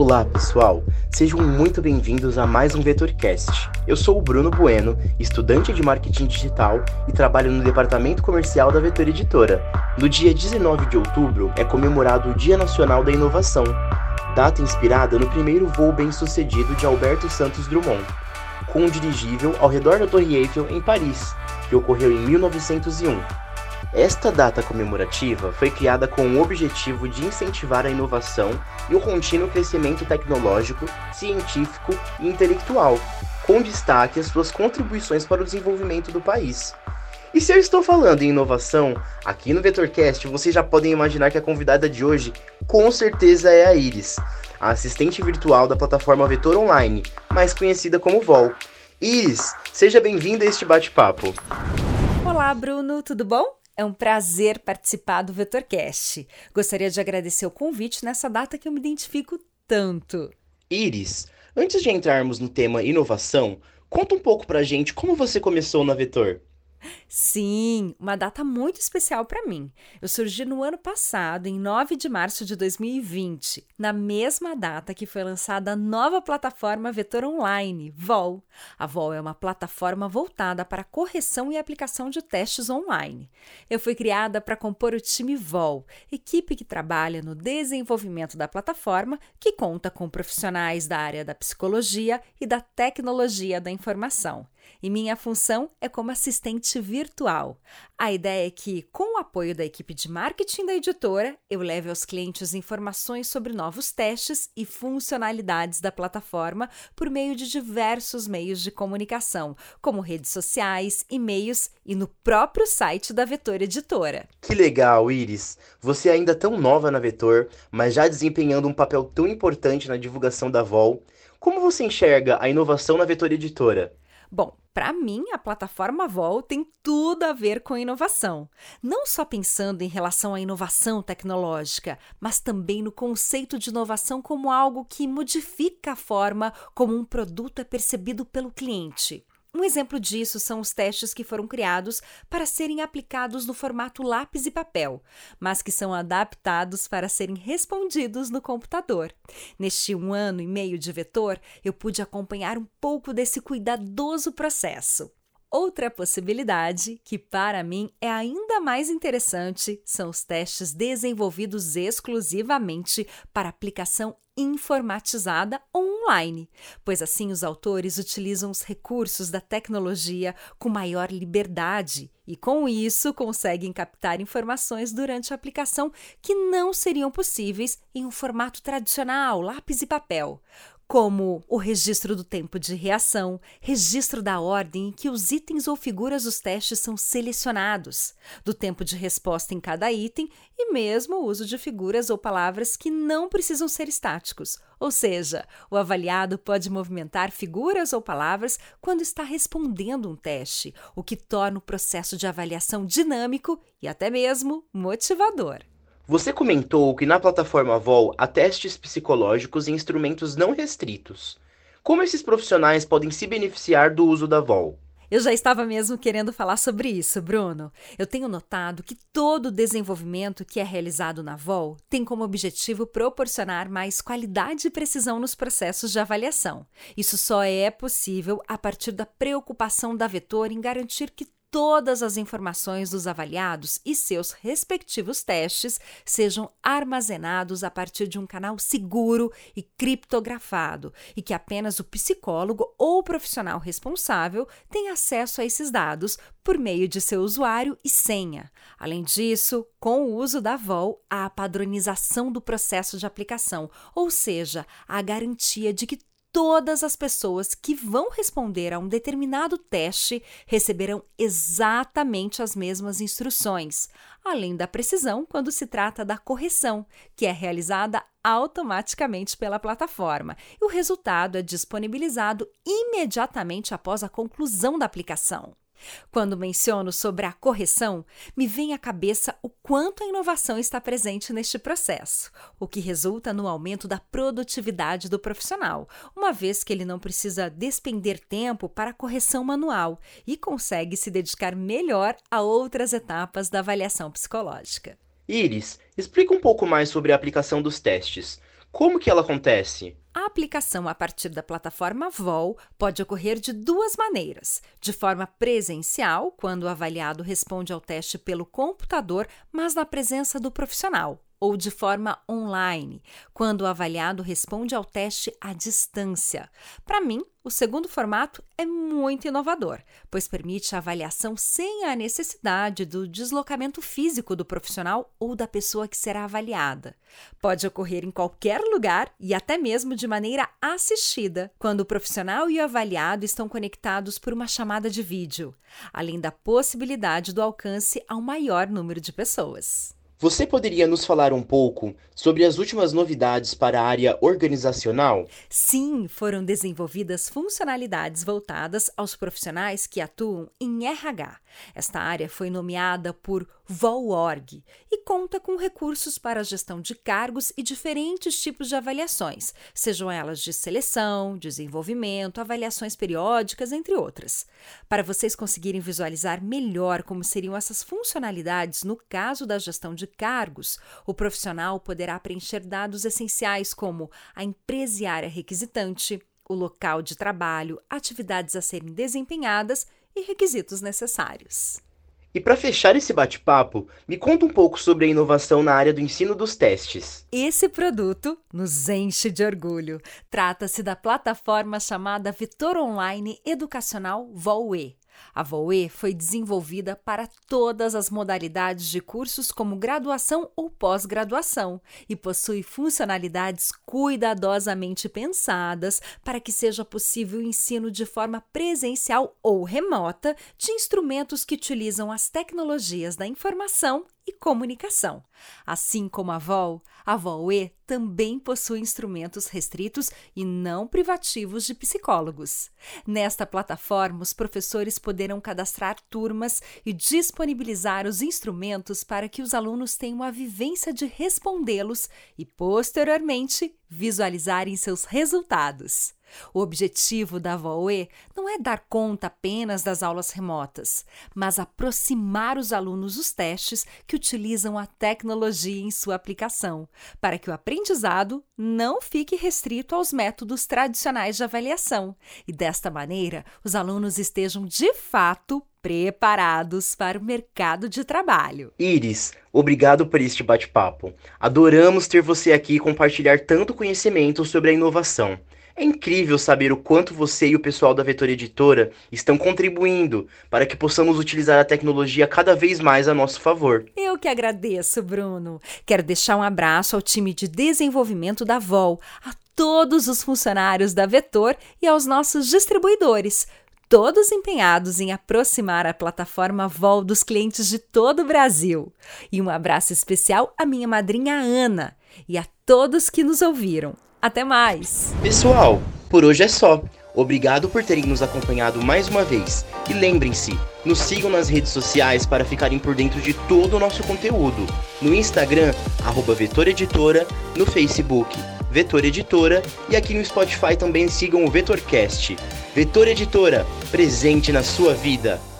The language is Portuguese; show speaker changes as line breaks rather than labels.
Olá, pessoal! Sejam muito bem-vindos a mais um VetorCast. Eu sou o Bruno Bueno, estudante de marketing digital e trabalho no departamento comercial da Vetor Editora. No dia 19 de outubro é comemorado o Dia Nacional da Inovação, data inspirada no primeiro voo bem-sucedido de Alberto Santos Dumont, com um dirigível ao redor da Torre Eiffel em Paris, que ocorreu em 1901. Esta data comemorativa foi criada com o objetivo de incentivar a inovação e o contínuo crescimento tecnológico, científico e intelectual, com destaque às suas contribuições para o desenvolvimento do país. E se eu estou falando em inovação, aqui no VetorCast vocês já podem imaginar que a convidada de hoje com certeza é a Iris, a assistente virtual da plataforma Vetor Online, mais conhecida como VOL. Iris, seja bem-vinda a este bate-papo.
Olá, Bruno, tudo bom? É um prazer participar do VetorCast. Gostaria de agradecer o convite nessa data que eu me identifico tanto.
Iris, antes de entrarmos no tema inovação, conta um pouco pra gente como você começou na Vetor.
Sim, uma data muito especial para mim. Eu surgi no ano passado, em 9 de março de 2020, na mesma data que foi lançada a nova plataforma Vetor Online, VOL. A VOL é uma plataforma voltada para a correção e aplicação de testes online. Eu fui criada para compor o time VOL, equipe que trabalha no desenvolvimento da plataforma, que conta com profissionais da área da psicologia e da tecnologia da informação. E minha função é como assistente virtual. A ideia é que, com o apoio da equipe de marketing da editora, eu leve aos clientes informações sobre novos testes e funcionalidades da plataforma por meio de diversos meios de comunicação, como redes sociais, e-mails e no próprio site da Vetor Editora.
Que legal, Iris! Você é ainda tão nova na Vetor, mas já desempenhando um papel tão importante na divulgação da VOL. Como você enxerga a inovação na Vetor Editora?
Bom, para mim, a plataforma VOL tem tudo a ver com inovação. Não só pensando em relação à inovação tecnológica, mas também no conceito de inovação como algo que modifica a forma como um produto é percebido pelo cliente. Um exemplo disso são os testes que foram criados para serem aplicados no formato lápis e papel, mas que são adaptados para serem respondidos no computador. Neste 1 ano e meio de Vetor, eu pude acompanhar um pouco desse cuidadoso processo. Outra possibilidade, que para mim é ainda mais interessante, são os testes desenvolvidos exclusivamente para aplicação informatizada ou online, pois assim os autores utilizam os recursos da tecnologia com maior liberdade e, com isso, conseguem captar informações durante a aplicação que não seriam possíveis em um formato tradicional, lápis e papel, como o registro do tempo de reação, registro da ordem em que os itens ou figuras dos testes são selecionados, do tempo de resposta em cada item e mesmo o uso de figuras ou palavras que não precisam ser estáticos, ou seja, o avaliado pode movimentar figuras ou palavras quando está respondendo um teste, o que torna o processo de avaliação dinâmico e até mesmo motivador.
Você comentou que na plataforma VOL há testes psicológicos e instrumentos não restritos. Como esses profissionais podem se beneficiar do uso da VOL?
Eu já estava mesmo querendo falar sobre isso, Bruno. Eu tenho notado que todo o desenvolvimento que é realizado na VOL tem como objetivo proporcionar mais qualidade e precisão nos processos de avaliação. Isso só é possível a partir da preocupação da Vetor em garantir que todas as informações dos avaliados e seus respectivos testes sejam armazenados a partir de um canal seguro e criptografado e que apenas o psicólogo ou o profissional responsável tenha acesso a esses dados por meio de seu usuário e senha. Além disso, com o uso da VOL, há a padronização do processo de aplicação, ou seja, a garantia de que todas as pessoas que vão responder a um determinado teste receberão exatamente as mesmas instruções, além da precisão quando se trata da correção, que é realizada automaticamente pela plataforma, e o resultado é disponibilizado imediatamente após a conclusão da aplicação. Quando menciono sobre a correção, me vem à cabeça o quanto a inovação está presente neste processo, o que resulta no aumento da produtividade do profissional, uma vez que ele não precisa despender tempo para a correção manual e consegue se dedicar melhor a outras etapas da avaliação psicológica.
Iris, explica um pouco mais sobre a aplicação dos testes. Como que ela acontece?
A aplicação a partir da plataforma VOL pode ocorrer de duas maneiras: de forma presencial, quando o avaliado responde ao teste pelo computador, mas na presença do profissional, ou de forma online, quando o avaliado responde ao teste à distância. Para mim, o segundo formato é muito inovador, pois permite a avaliação sem a necessidade do deslocamento físico do profissional ou da pessoa que será avaliada. Pode ocorrer em qualquer lugar e até mesmo de maneira assistida, quando o profissional e o avaliado estão conectados por uma chamada de vídeo, além da possibilidade do alcance ao maior número de pessoas.
Você poderia nos falar um pouco sobre as últimas novidades para a área organizacional?
Sim, foram desenvolvidas funcionalidades voltadas aos profissionais que atuam em RH. Esta área foi nomeada por VOL.org e conta com recursos para a gestão de cargos e diferentes tipos de avaliações, sejam elas de seleção, desenvolvimento, avaliações periódicas, entre outras. Para vocês conseguirem visualizar melhor como seriam essas funcionalidades no caso da gestão de cargos, o profissional poderá preencher dados essenciais como a empresa e área requisitante, o local de trabalho, atividades a serem desempenhadas e requisitos necessários.
E para fechar esse bate-papo, me conta um pouco sobre a inovação na área do ensino dos testes.
Esse produto nos enche de orgulho. Trata-se da plataforma chamada Vetor Online Educacional VOL-E. A VOL-E foi desenvolvida para todas as modalidades de cursos como graduação ou pós-graduação e possui funcionalidades cuidadosamente pensadas para que seja possível o ensino de forma presencial ou remota de instrumentos que utilizam as tecnologias da informação e comunicação. Assim como a VOL-E também possui instrumentos restritos e não privativos de psicólogos. Nesta plataforma, os professores poderão cadastrar turmas e disponibilizar os instrumentos para que os alunos tenham a vivência de respondê-los e, posteriormente, visualizarem seus resultados. O objetivo da VOL-E não é dar conta apenas das aulas remotas, mas aproximar os alunos dos testes que utilizam a tecnologia em sua aplicação, para que o aprendizado não fique restrito aos métodos tradicionais de avaliação e, desta maneira, os alunos estejam de fato preparados para o mercado de trabalho.
Iris, obrigado por este bate-papo. Adoramos ter você aqui e compartilhar tanto conhecimento sobre a inovação. É incrível saber o quanto você e o pessoal da Vetor Editora estão contribuindo para que possamos utilizar a tecnologia cada vez mais a nosso favor.
Eu que agradeço, Bruno. Quero deixar um abraço ao time de desenvolvimento da VOL, a todos os funcionários da Vetor e aos nossos distribuidores, todos empenhados em aproximar a plataforma VOL dos clientes de todo o Brasil. E um abraço especial à minha madrinha Ana e a todos que nos ouviram. Até mais!
Pessoal, por hoje é só. Obrigado por terem nos acompanhado mais uma vez. E lembrem-se, nos sigam nas redes sociais para ficarem por dentro de todo o nosso conteúdo. No Instagram, @Vetor Editora, no Facebook, Vetor Editora e aqui no Spotify também sigam o VetorCast. Vetor Editora, presente na sua vida.